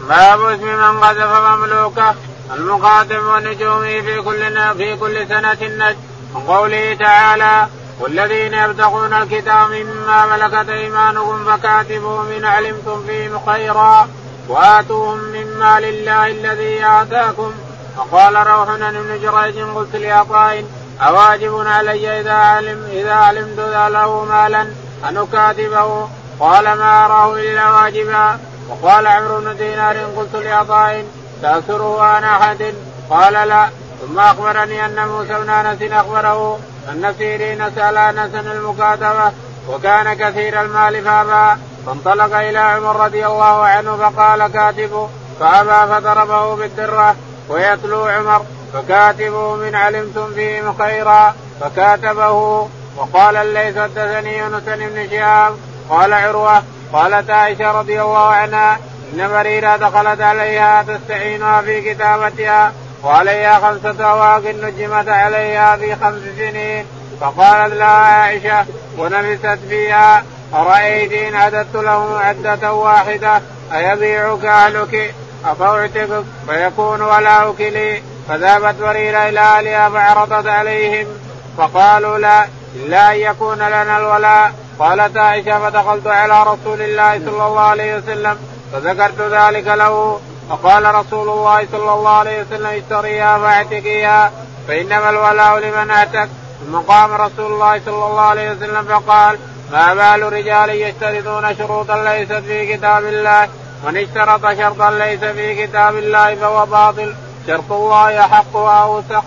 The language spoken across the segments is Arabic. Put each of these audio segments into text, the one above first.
باب اسم من قذف مملوكه المقاتل ونجومه في كل سنة النجم. وقوله تعالى والذين يبتغون الكتاب مما ملكت أيمانكم فكاتبوهم إن علمتم فيهم خيرا وآتوهم مما لله الذي آتاكم. وقال روح بن جريج قلت لعطاء أواجب علي إذا علمت له مالا أن أكاتبه؟ قال ما أراه إلا واجبا. وقال عمرو بن دينار قلت لعطاء تأسره عن أحد؟ قال لا. ثم أخبرني أن موسى بن أنس أخبره أن سيرين سأل أنسا المكاتبة وكان كثير المال فأبى فانطلق إلى عمر رضي الله عنه فقال كاتبه فأبى فضربه بالدرة. ويتلو عمر فكاتبه من علمتم فيهم خيرا فكاتبه. وقال الليث حدثني يونس بن شهاب قال عروة قالت عائشة رضي الله عنها إن بريرة دخلت عليها تستعينها في كتابتها وعليها 5 أواق نجمت عليها في 5 سنين فقالت لها عائشة ونفست فيها أرأيت إن عددت له عدة واحدة أيبيعك أهلك أفأعتقك فيكون ولاؤك لي؟ فذهبت بريرة إلى أهلها فعرضت عليهم فقالوا لا إلا أن يكون لنا الولاء. قالت عائشة فدخلت على رسول الله صلى الله عليه وسلم فذكرت ذلك له فقال رسول الله صلى الله عليه وسلم اشتريها فاعتقيها فإنما الولاء لمن اعتق. ثم قام رسول الله صلى الله عليه وسلم فقال ما بال رجال يشترطون شروطا ليست في كتاب الله من اشترط شرطا ليس في كتاب الله فهو باطل شرط الله أحق وأوثق.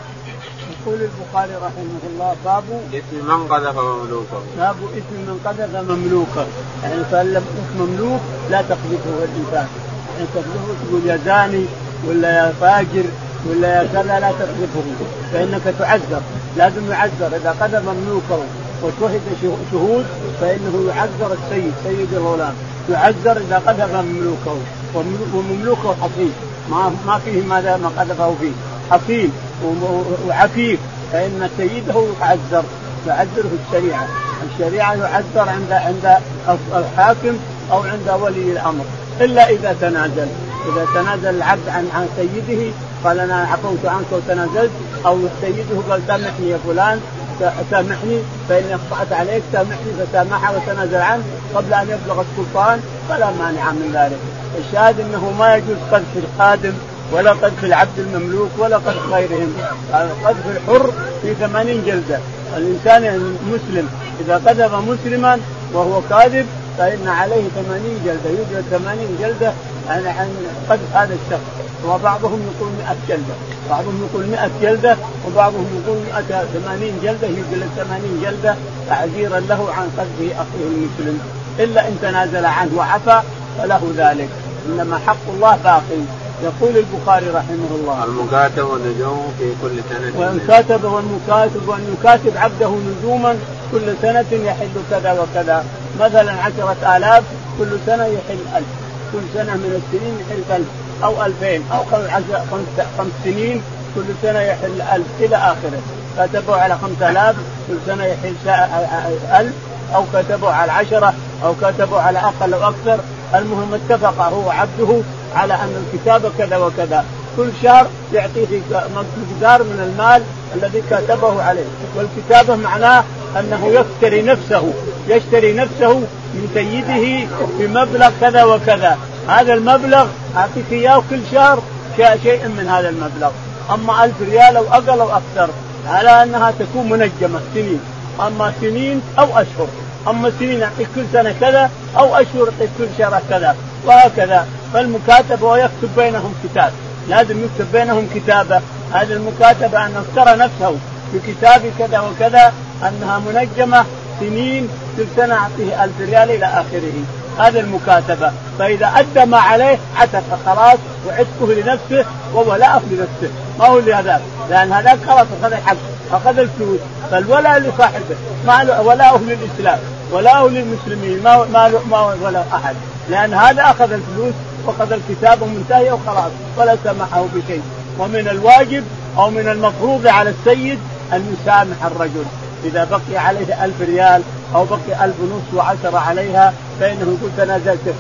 يقول البخاري رحمه الله باب اسم من قذف مملوكه. باب اسم من قذف مملوكه يعني فلم مملوك لا تقذفه الإنسان يعني تقذفه تقول يا زاني ولا يا فاجر ولا يا كذا لا تقذفه فإنك تعذر لازم يعذر إذا قذف مملوكه وشهد شهود فإنه يعذر السيد سيد الغلام يعذر إذا قذف مملوكه ومملوكه حصين ما فيه ماذا ما قذفه فيه حصين وعفيف فإن سيده يعذره الشريعة يعذر عند الحاكم أو عند ولي الأمر إلا إذا تنازل العبد عن سيده قال أنا عفوت عنك وتنازلت أو سيده قال سامحني يا فلان سامحني فإني أخطأت عليك سامحني فسامحه وتنازل عنه قبل أن يبلغ السلطان فلا مانع من ذلك. الشاهد أنه ما يجوز قذف الخادم ولا قذف العبد المملوك ولا قذف غيرهم. قذف الحر في 80 جلدة. الإنسان المسلم إذا قذف مسلما وهو كاذب فإن عليه 80 جلدة يوجد 80 جلدة عن قذف هذا الشخص. وبعضهم يقول 100 جلدة بعضهم يقول 100 جلدة وبعضهم يقول 180 جلدة يجلد 80 جلدة تعزيرا له عن قذف أخيه المسلم إلا إن تنازل عنه وعفى فله ذلك إنما حق الله باقي. يقول البخاري رحمه الله المكاتب والنجوم في كل سنة وإن كاتب وأن يكاتب عبده نجوما كل سنة يحل كذا وكذا مثلا 10,000 كل سنة يحل 1000 كل سنة من السنين يحل 1000 أو 2000 أو 5 سنين كل سنة يحل 1000 إلى آخره. كتبوا على 5000 كل سنة يحل 1000 أو كتبوا على 10 أو كتبوا على أقل أو أكثر. المهم اتفق هو عبده على أن الكتابة كذا وكذا كل شهر يعطيه مقدار من المال الذي كتبه عليه. والكتابة معناه أنه يشتري نفسه من سيده بمبلغ كذا وكذا هذا المبلغ أعطيك إياه كل شهر شيء من هذا المبلغ أما 1000 ريال أو أقل أو أكثر على أنها تكون منجمة سنين أما سنين أو أشهر أما سنين يعطيك كل سنة كذا أو أشهر يعطيك كل شهر كذا وهكذا. فالمكاتبة ويكتب بينهم كتاب لازم يكتب بينهم كتابة. هذه المكاتبة أن اشترى نفسه بكتاب كذا وكذا أنها منجمة سنين كل سنة أعطيه 1000 ريال إلى آخره. هذا المكاتبة. فإذا أدى ما عليه عتق خلاص وعتقه لنفسه وولاءه لنفسه ما هو لهذا لأن هذا خلاص أخذ الحق أخذ الفلوس فالولاء لصاحبه ما ولاءه للإسلام ولاءه للمسلمين ما ولا أحد لأن هذا أخذ الفلوس وأخذ الكتاب ومنتهي وخلاص ولا سمحه بشيء. ومن الواجب أو من المفروض على السيد أن يسامح الرجل إذا بقي عليه 1000 ريال أو بقي 1500 و10 عليها فإنه يقول تنازلت فلان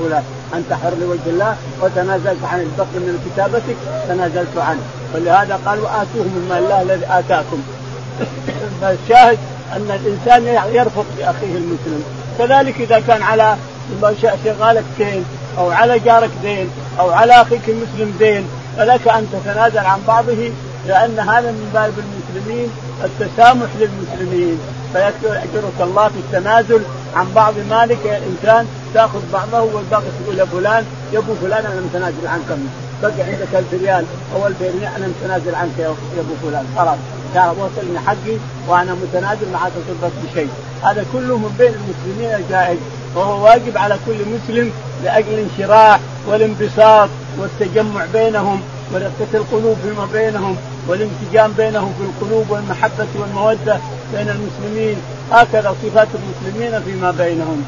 أنت حر لوجه الله، وتنازلت عن البقي من كتابتك تنازلت عنه. ولهذا قال وآتوهم من مال الله الذي آتاكم. فالشاهد أن الإنسان يرفق بأخيه المسلم. كذلك إذا كان على شغالك دين أو على جارك دين أو على أخيك المسلم دين فلك أن تتنازل عن بعضه، لأن هذا من باب المسلمين التسامح للمسلمين، فيأجرك الله في التنازل عن بعض مالك. يا إنسان تأخذ بعضه والباقي تقول يا فلان يا أبو فلان أنا متنازل عنك، بقي عندك 1000 ريال أو 2000 ريال أنا متنازل عنك يا أبو فلان، خلاص وصلني حقي وأنا متنازل مع تطلبت بشيء. هذا كله من بين المسلمين الجائز، وهو واجب على كل مسلم لأجل الانشراح والانبساط والتجمع بينهم ورقة القلوب فيما بينهم والانسجام بينهم في القلوب والمحبة والمودة بين المسلمين. هكذا صفات المسلمين فيما بينهم.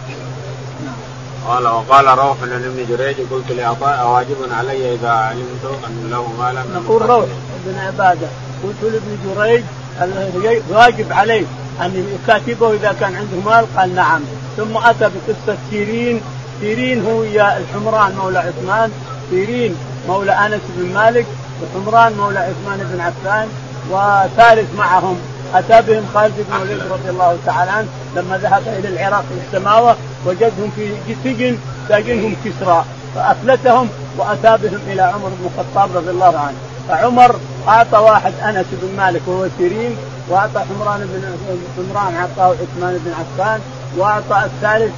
قال وقال روح بن ابن جريج قلت لعطاء أواجب علي إذا علمت أن له مالا؟ نقول روح بن عبادة قلت لابن جريج واجب عليه أن يكاتبه إذا كان عنده مال، قال نعم. ثم أتى بقصة سيرين. سيرين هو الحمران مولى عثمان، سيرين مولى أنس بن مالك، وحمران مولى عثمان بن عفان، وثالث معهم أتى بهم خالد بن الوليد رضي الله تعالى عنه لما ذهب إلى العراق للسماوة وجدهم في سجن ساجنهم كسرى فأفلتهم، وأتى بهم إلى عمر بن الخطاب رضي الله عنه. فعمر أعطى واحد أنس بن مالك وهو سيرين، وأعطى حمران أعطاه عثمان بن عفان، وأعطى الثالث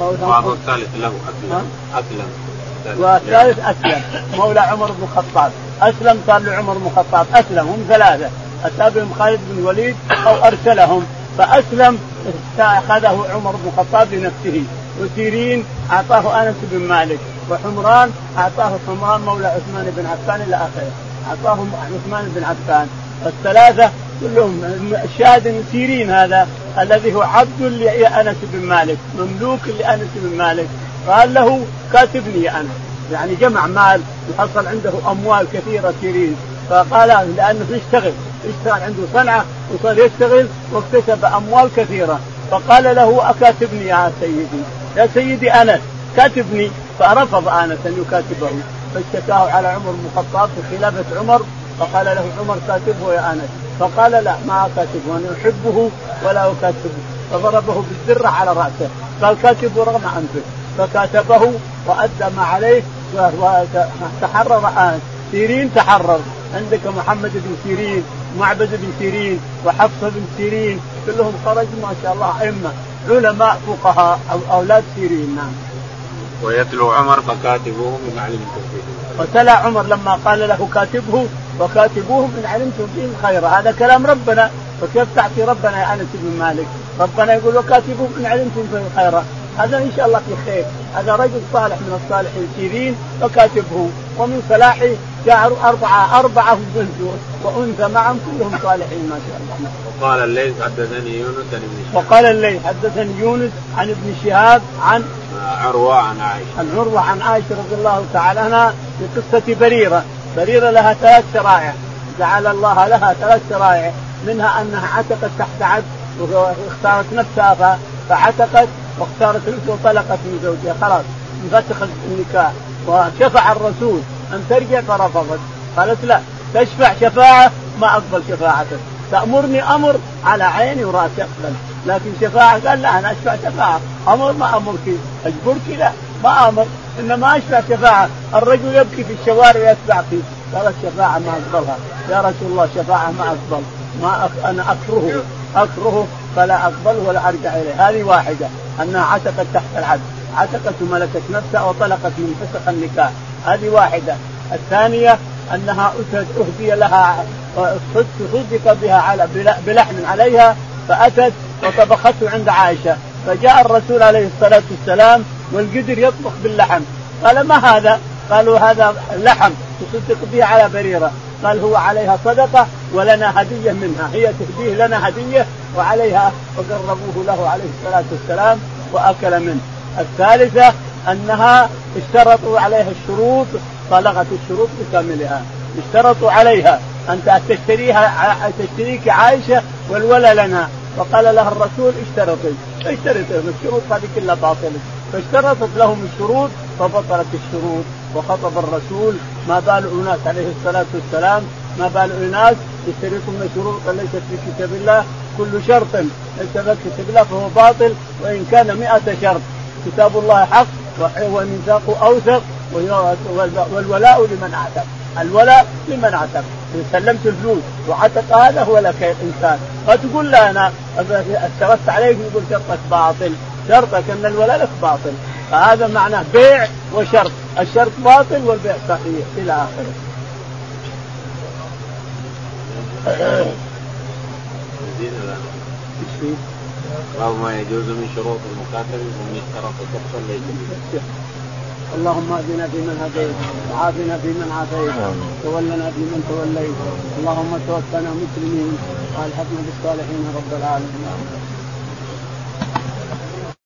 له أسلم والثالث أسلم مولى عمر بن الخطاب. أسلم صار لعمر بن الخطاب، أسلم هم ثلاثة، أتى بهم خالد بن الوليد أو أرسلهم، فأسلم أخذه عمر بن الخطاب لنفسه، وسيرين أعطاه أنس بن مالك، وحمران أعطاه حمران مولى عثمان بن عفان إلى آخره، أعطاهم عثمان بن عفان. الثلاثة كلهم الشاهد سيرين هذا الذي هو عبد لأنس بن مالك مملوك لأنس بن مالك، قال له كاتبني يا أنس، يعني جمع مال وحصل عنده أموال كثيرة سيرين، فقال لأنه اشتغل عنده صنعة وصار يشتغل واكتسب أموال كثيرة، فقال له أكاتبني يا سيدي، يا سيدي أنس كاتبني، فرفض أنس أن يكاتبه، فاشتكاه على عمر بن الخطاب في خلافة عمر، فقال له عمر كاتبه يا أنس، فقال لا ما أكاتبه أنا أحبه ولا أكاتبه، فضربه بالذرة على رأسه، قال كاتبه رغم أنفه، فكاتبه وأدى ما عليه وتحرر أنس. سيرين تحرر، عندك محمد بن سيرين ومعبد بن سيرين وحفصة بن سيرين كلهم خرجوا ما شاء الله أئمة علماء فقهاء أو أولاد سيرين. نعم. ويتلو عمر فكاتبوه من علمتم فيه، وتلا عمر لما قال له كاتبه وكاتبوه من علمتم فيه الخير، هذا كلام ربنا، فكيف تعطي ربنا يا أنس بن مالك؟ ربنا يقول وكاتبوه من علمتم فيه الخير، هذا إن شاء الله في خير، هذا رجل صالح من الصالحين سيرين وكاتبه، ومن صلاحه جاء أربعة بنت وأنثى معهم كلهم صالحين ما شاء الله. وقال الليث حدثني يونس عن ابن شهاب، وقال الليث حدثني يونس عن ابن شهاب عن عروة عن عائشة، عروة عن عائشة رضي الله تعالى عنها في قصة بريرة لها 3 شرائع، جعل الله لها 3 شرائع، منها أنها عتقت تحت عبد واختارت نفسها فعتقت، واختارت نفسها وطلقت من زوجها، خلاص انفسخ النكاح، وشفع الرسول أن ترجع فرفضت، قالت لا تشفع شفاعة ما أقبل شفاعتك، تأمرني أمر على عيني ورأسي أقبل، لكن شفاعة قال لا أنا أشفع شفاعة، أمر ما أمرك، أجبرك لا ما أمر، إنما أشفع شفاعة، الرجل يبكي في الشوارع يتبع فيه، قالت شفاعة ما أقبلها يا رسول الله، شفاعة ما أقبل، أنا أكرهه فلا أقبل ولا أرجع إليه. هذه واحدة أنها عتقت تحت العبد، عتقت وملكت نفسها وطلقت من فسخ النكاح، هذه واحدة. الثانية أنها أهدي لها صدق بها على بلحم عليها، فأتت وطبخته عند عائشة، فجاء الرسول عليه الصلاة والسلام والقدر يطبخ باللحم، قال ما هذا؟ قالوا هذا لحم تصدق به على بريرة، قال هو عليها صدقة ولنا هدية منها، هي تهديه لنا هدية وعليها، فقربوه له عليه الصلاة والسلام وأكل منه. الثالثة أنها اشترطوا عليها الشروط، طلقت الشروط بكاملها، اشترطوا عليها أن تشتريك عائشة والولى لنا، فقال لها الرسول اشترطي الشروط هذه كلها باطلة، فاشترطت لهم الشروط فبطلت الشروط. وخطب الرسول ما بال أناس عليه الصلاة والسلام، ما بال أناس يشترطون شروطا ليست في كتاب الله، كل شرط ليس في كتاب الله فهو باطل وإن كان 100 شرط. كتاب الله حق وميثاقه أوثق، والولاء لمن أعتق. الولاء لمن اعتق. إذا سلمت الفلوس وعتق هذا هو لك إنسان. قد تقول لا أنا اشترطت عليك، يقول شرطك باطل، شرطك أن الولاء لك باطل. فهذا معناه بيع وشرط، الشرط باطل والبيع صحيح إلى آخره. أو ما يجوز من شروط المكاتب ومن اشترط شخصا ليس. اللهم اهدنا فيمن هديت وعافنا فيمن عافيت تولنا فيمن توليت اللهم توفنا مسلمين والحقنا بالصالحين رب العالمين.